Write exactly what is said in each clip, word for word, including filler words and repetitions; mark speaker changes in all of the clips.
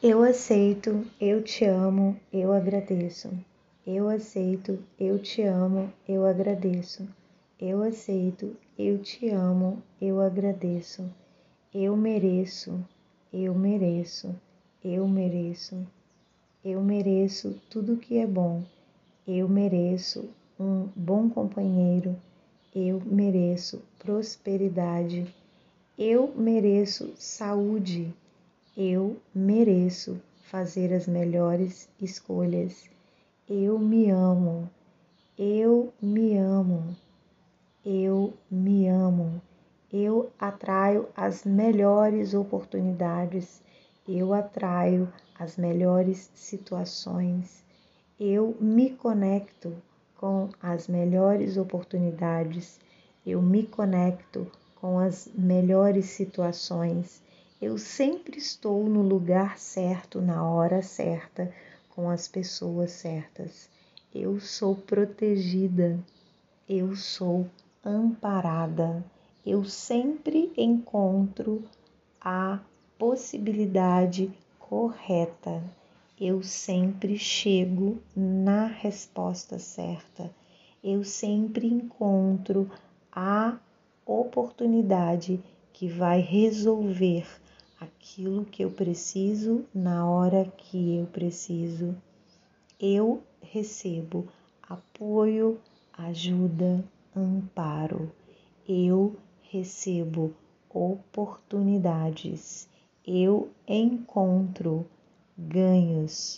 Speaker 1: Eu aceito, eu te amo, eu agradeço. Eu aceito, eu te amo, eu agradeço. Eu aceito, eu te amo, eu agradeço. Eu mereço, eu mereço, eu mereço. Eu mereço tudo que é bom. Eu mereço um bom companheiro. Eu mereço prosperidade. Eu mereço saúde. Eu mereço fazer as melhores escolhas. Eu me amo. Eu me amo. Eu me amo. Eu atraio as melhores oportunidades. Eu atraio as melhores situações. Eu me conecto com as melhores oportunidades. Eu me conecto com as melhores situações. Eu sempre estou no lugar certo, na hora certa, com as pessoas certas. Eu sou protegida. Eu sou amparada. Eu sempre encontro a possibilidade correta. Eu sempre chego na resposta certa. Eu sempre encontro a oportunidade que vai resolver aquilo que eu preciso na hora que eu preciso. Eu recebo apoio, ajuda, amparo. Eu recebo oportunidades. Eu encontro ganhos,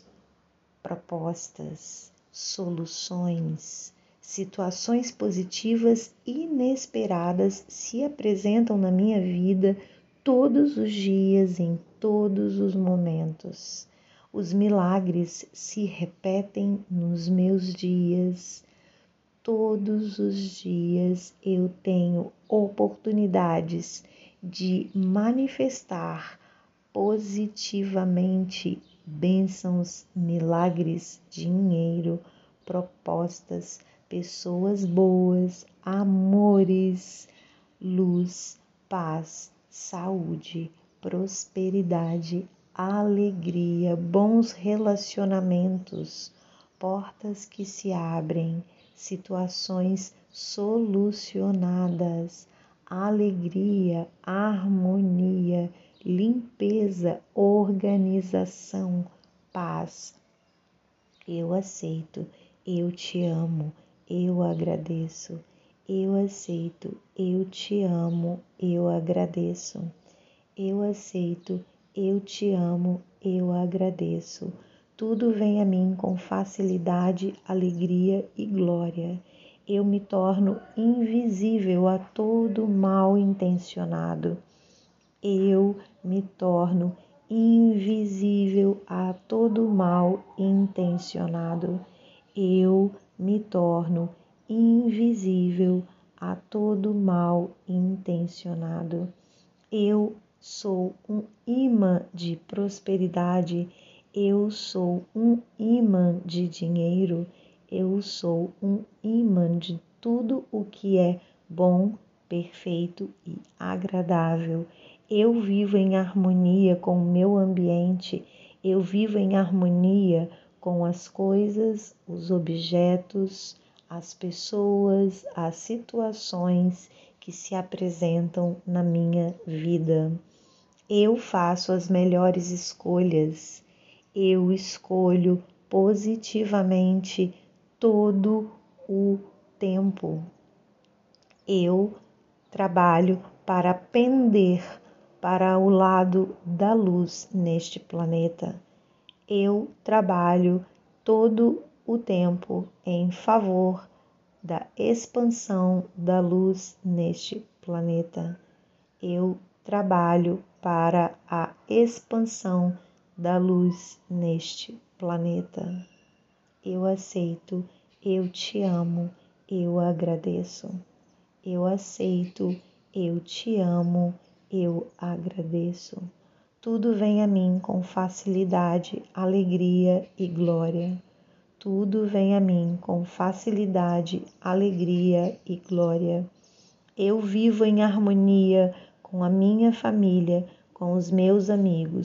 Speaker 1: propostas, soluções, situações positivas inesperadas se apresentam na minha vida todos os dias, em todos os momentos. Os milagres se repetem nos meus dias. Todos os dias eu tenho oportunidades de manifestar positivamente bênçãos, milagres, dinheiro, propostas, pessoas boas, amores, luz, paz, saúde, prosperidade, alegria, bons relacionamentos, portas que se abrem, situações solucionadas, alegria, harmonia, limpeza, organização, paz. Eu aceito, eu te amo, eu agradeço. Eu aceito, eu te amo, eu agradeço. Eu aceito, eu te amo, eu agradeço. Tudo vem a mim com facilidade, alegria e glória. Eu me torno invisível a todo mal intencionado. Eu me torno invisível a todo mal intencionado. Eu me torno invisível a todo mal intencionado. Eu sou um imã de prosperidade. Eu sou um imã de dinheiro. Eu sou um imã de tudo o que é bom, perfeito e agradável. Eu vivo em harmonia com o meu ambiente. Eu vivo em harmonia com as coisas, os objetos, as pessoas, as situações que se apresentam na minha vida. Eu faço as melhores escolhas. Eu escolho positivamente todo o tempo. Eu trabalho para pender para o lado da luz neste planeta. Eu trabalho todo o tempo em favor da expansão da luz neste planeta. Eu trabalho para a expansão da luz neste planeta. Eu aceito, eu te amo, eu agradeço. Eu aceito, eu te amo, eu agradeço. Tudo vem a mim com facilidade, alegria e glória. Tudo vem a mim com facilidade, alegria e glória. Eu vivo em harmonia com a minha família, com os meus amigos,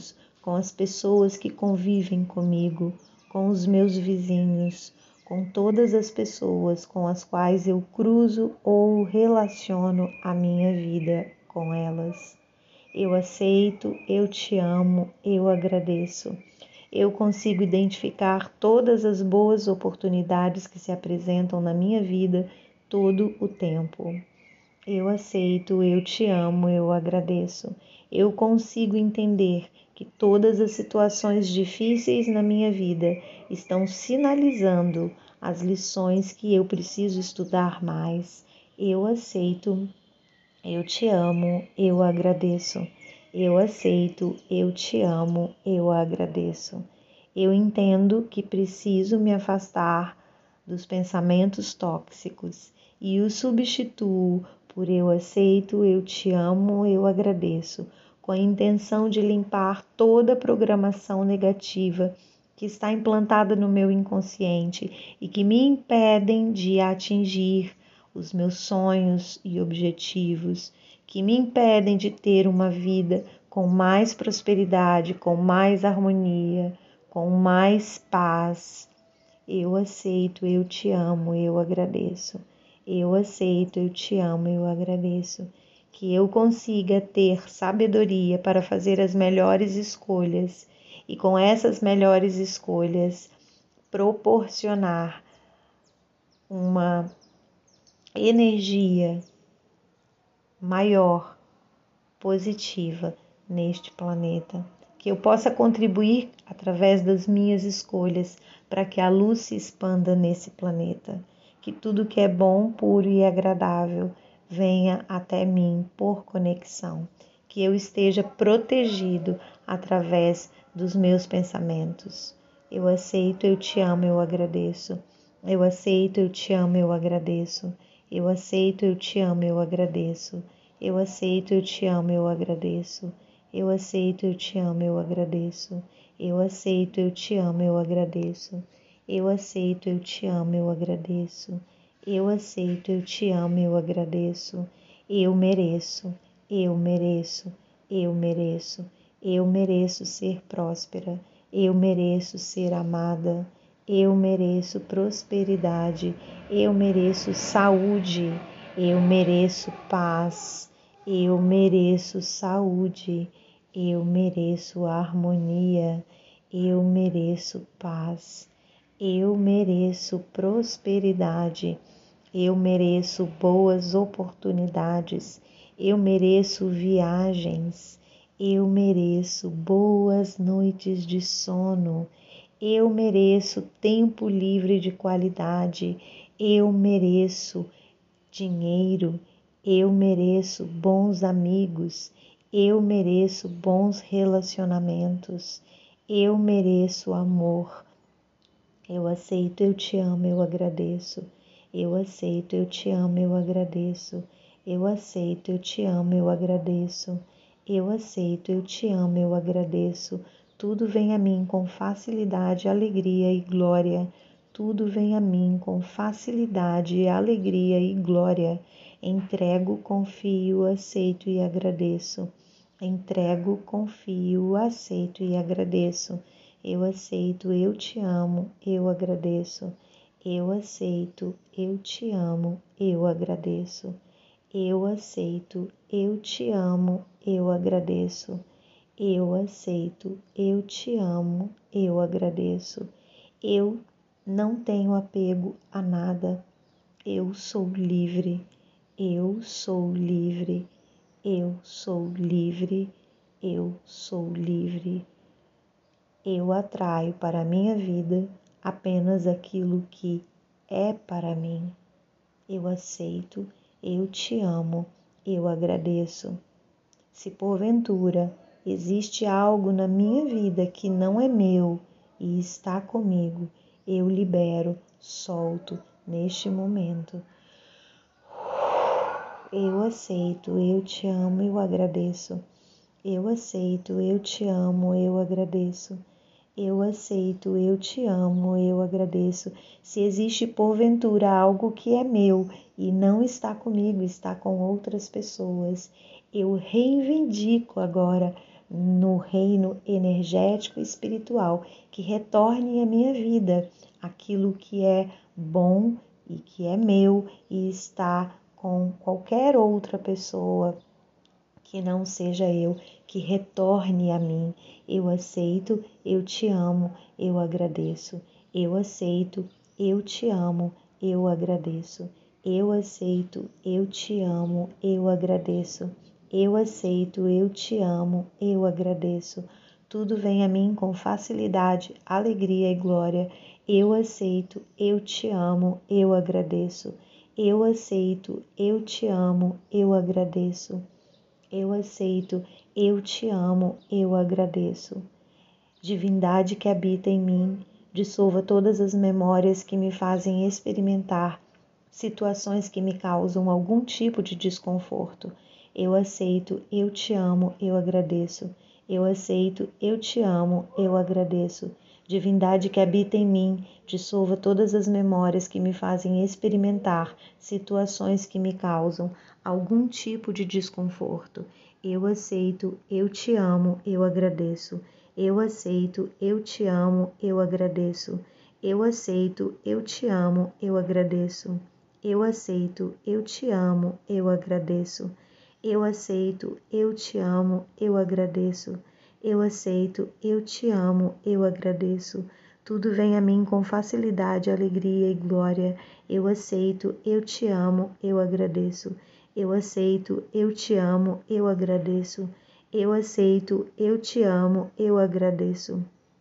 Speaker 1: com as pessoas que convivem comigo, com os meus vizinhos, com todas as pessoas com as quais eu cruzo ou relaciono a minha vida com elas. Eu aceito, eu te amo, eu agradeço. Eu consigo identificar todas as boas oportunidades que se apresentam na minha vida todo o tempo. Eu aceito, eu te amo, eu agradeço. Eu consigo entender que todas as situações difíceis na minha vida estão sinalizando as lições que eu preciso estudar mais. Eu aceito, eu te amo, eu agradeço. Eu aceito, eu te amo, eu agradeço. Eu entendo que preciso me afastar dos pensamentos tóxicos e os substituo por eu aceito, eu te amo, eu agradeço, com a intenção de limpar toda a programação negativa que está implantada no meu inconsciente e que me impedem de atingir os meus sonhos e objetivos, que me impedem de ter uma vida com mais prosperidade, com mais harmonia, com mais paz. Eu aceito, eu te amo, eu agradeço. Eu aceito, eu te amo, eu agradeço. Que eu consiga ter sabedoria para fazer as melhores escolhas e com essas melhores escolhas proporcionar uma energia maior, positiva neste planeta, que eu possa contribuir através das minhas escolhas para que a luz se expanda nesse planeta, que tudo que é bom, puro e agradável venha até mim por conexão, que eu esteja protegido através dos meus pensamentos. Eu aceito, eu te amo, eu agradeço. Eu aceito, eu te amo, eu agradeço. Eu aceito, eu te amo, eu agradeço. Eu aceito, eu te amo, eu agradeço. Eu aceito, eu te amo, eu agradeço. Eu aceito, eu te amo, eu agradeço. Eu aceito, eu te amo, eu agradeço. Eu aceito, eu te amo, eu agradeço. Eu mereço, eu mereço, eu mereço. Eu mereço ser próspera. Eu mereço ser amada. Eu mereço prosperidade. Eu mereço saúde. Eu mereço paz. Eu mereço saúde. Eu mereço harmonia. Eu mereço paz. Eu mereço prosperidade. Eu mereço boas oportunidades. Eu mereço viagens. Eu mereço boas noites de sono. Eu mereço tempo livre de qualidade. Eu mereço dinheiro. Eu mereço bons amigos. Eu mereço bons relacionamentos. Eu mereço amor. Eu aceito, eu te amo, eu agradeço. Eu aceito, eu te amo, eu agradeço. Eu aceito, eu te amo, eu agradeço. Eu aceito, eu te amo, eu agradeço. Tudo vem a mim com facilidade, alegria e glória. Tudo vem a mim com facilidade, alegria e glória. Entrego, confio, aceito e agradeço. Entrego, confio, aceito e agradeço. Eu aceito, eu te amo, eu agradeço. Eu aceito, eu te amo, eu agradeço. Eu aceito, eu te amo, eu agradeço. Eu aceito, eu te amo, eu agradeço. Eu não tenho apego a nada. Eu sou livre, eu sou livre, eu sou livre, eu sou livre. Eu atraio para a minha vida apenas aquilo que é para mim. Eu aceito, eu te amo, eu agradeço. Se porventura existe algo na minha vida que não é meu e está comigo, eu libero, solto neste momento. Eu aceito, eu te amo, eu agradeço. Eu aceito, eu te amo, eu agradeço. Eu aceito, eu te amo, eu agradeço. Se existe porventura algo que é meu e não está comigo, está com outras pessoas, eu reivindico agora no reino energético e espiritual, que retorne à minha vida aquilo que é bom e que é meu e está com qualquer outra pessoa que não seja eu, que retorne a mim. Eu aceito, eu te amo, eu agradeço. Eu aceito, eu te amo, eu agradeço. Eu aceito, eu te amo, eu agradeço. Eu aceito, eu te amo, eu agradeço. Tudo vem a mim com facilidade, alegria e glória. Eu aceito, eu te amo, eu agradeço. Eu aceito, eu te amo, eu agradeço. Eu aceito, eu te amo, eu agradeço. Divindade que habita em mim, dissolva todas as memórias que me fazem experimentar situações que me causam algum tipo de desconforto. Eu aceito, eu te amo, eu agradeço. Eu aceito, eu te amo, eu agradeço. Divindade que habita em mim, dissolva todas as memórias que me fazem experimentar situações que me causam algum tipo de desconforto. Eu aceito, eu te amo, eu agradeço. Eu aceito, eu te amo, eu agradeço. Eu aceito, eu te amo, eu agradeço. Eu aceito, eu te amo, eu agradeço. Eu aceito, eu te amo, eu agradeço. Eu aceito, eu te amo, eu agradeço. Tudo vem a mim com facilidade, alegria e glória. Eu aceito, eu te amo, eu agradeço. Eu aceito, eu te amo, eu agradeço. Eu aceito, eu te amo, eu agradeço.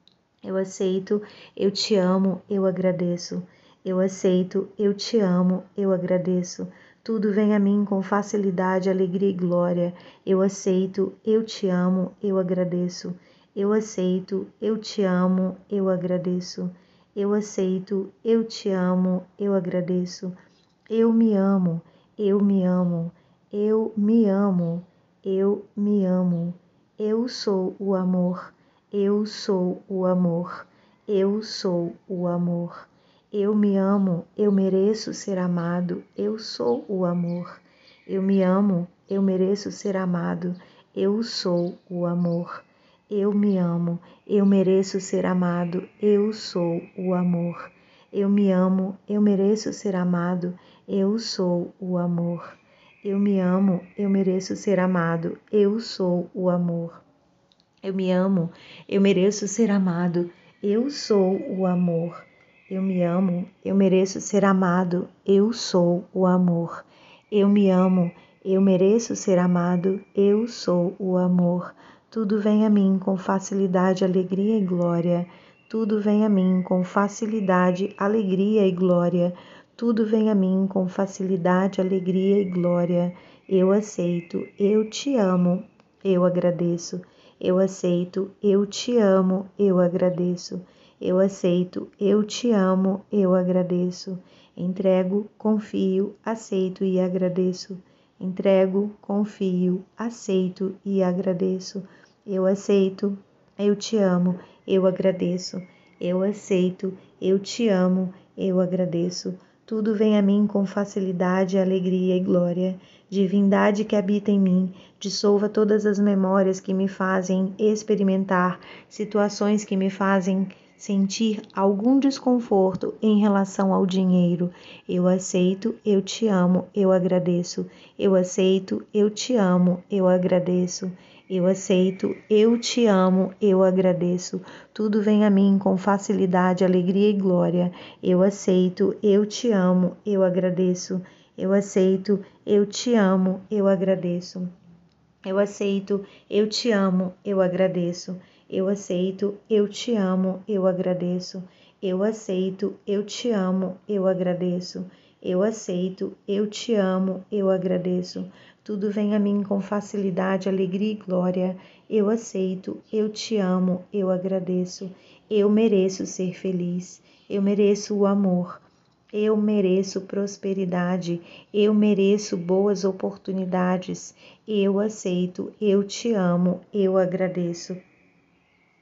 Speaker 1: Eu aceito, eu te amo, eu agradeço. Eu aceito, eu te amo, eu agradeço. Tudo vem a mim com facilidade, alegria e glória. Eu aceito, eu te amo, eu agradeço. Eu aceito, eu te amo, eu agradeço. Eu aceito, eu te amo, eu agradeço. Eu me amo, eu me amo, eu me amo, eu me amo. Eu sou o amor, eu sou o amor, eu sou o amor. Eu me amo, eu mereço ser amado, eu sou o amor. Eu me amo, eu mereço ser amado, eu sou o amor. Eu me amo, eu mereço ser amado, eu sou o amor. Eu me amo, eu mereço ser amado, eu sou o amor. Eu me amo, eu mereço ser amado, eu sou o amor. Eu me amo, eu mereço ser amado, eu sou o amor. Eu me amo, eu mereço ser amado, eu sou o amor. Eu me amo, eu mereço ser amado, eu sou o amor. Tudo vem a mim com facilidade, alegria e glória. Tudo vem a mim com facilidade, alegria e glória. Tudo vem a mim com facilidade, alegria e glória. Eu aceito, eu te amo, eu agradeço. Eu aceito, eu te amo, eu agradeço. Eu aceito, eu te amo, eu agradeço. Entrego, confio, aceito e agradeço. Entrego, confio, aceito e agradeço. Eu aceito, eu te amo, eu agradeço. Eu aceito, eu te amo, eu agradeço. Tudo vem a mim com facilidade, alegria e glória. Divindade que habita em mim, dissolva todas as memórias que me fazem experimentar situações que me fazem sentir algum desconforto em relação ao dinheiro. Eu aceito, eu te amo, eu agradeço. Eu aceito, eu te amo, eu agradeço. Eu aceito, eu te amo, eu agradeço. Tudo vem a mim com facilidade, alegria e glória. Eu aceito, eu te amo, eu agradeço. Eu aceito, eu te amo, eu agradeço. Eu aceito, eu te amo, eu agradeço. Eu aceito, eu te amo, eu agradeço. Eu aceito, eu te amo, eu agradeço. Eu aceito, eu te amo, eu agradeço. Tudo vem a mim com facilidade, alegria e glória. Eu aceito, eu te amo, eu agradeço. Eu mereço ser feliz. Eu mereço o amor. Eu mereço prosperidade, eu mereço boas oportunidades, eu aceito, eu te amo, eu agradeço.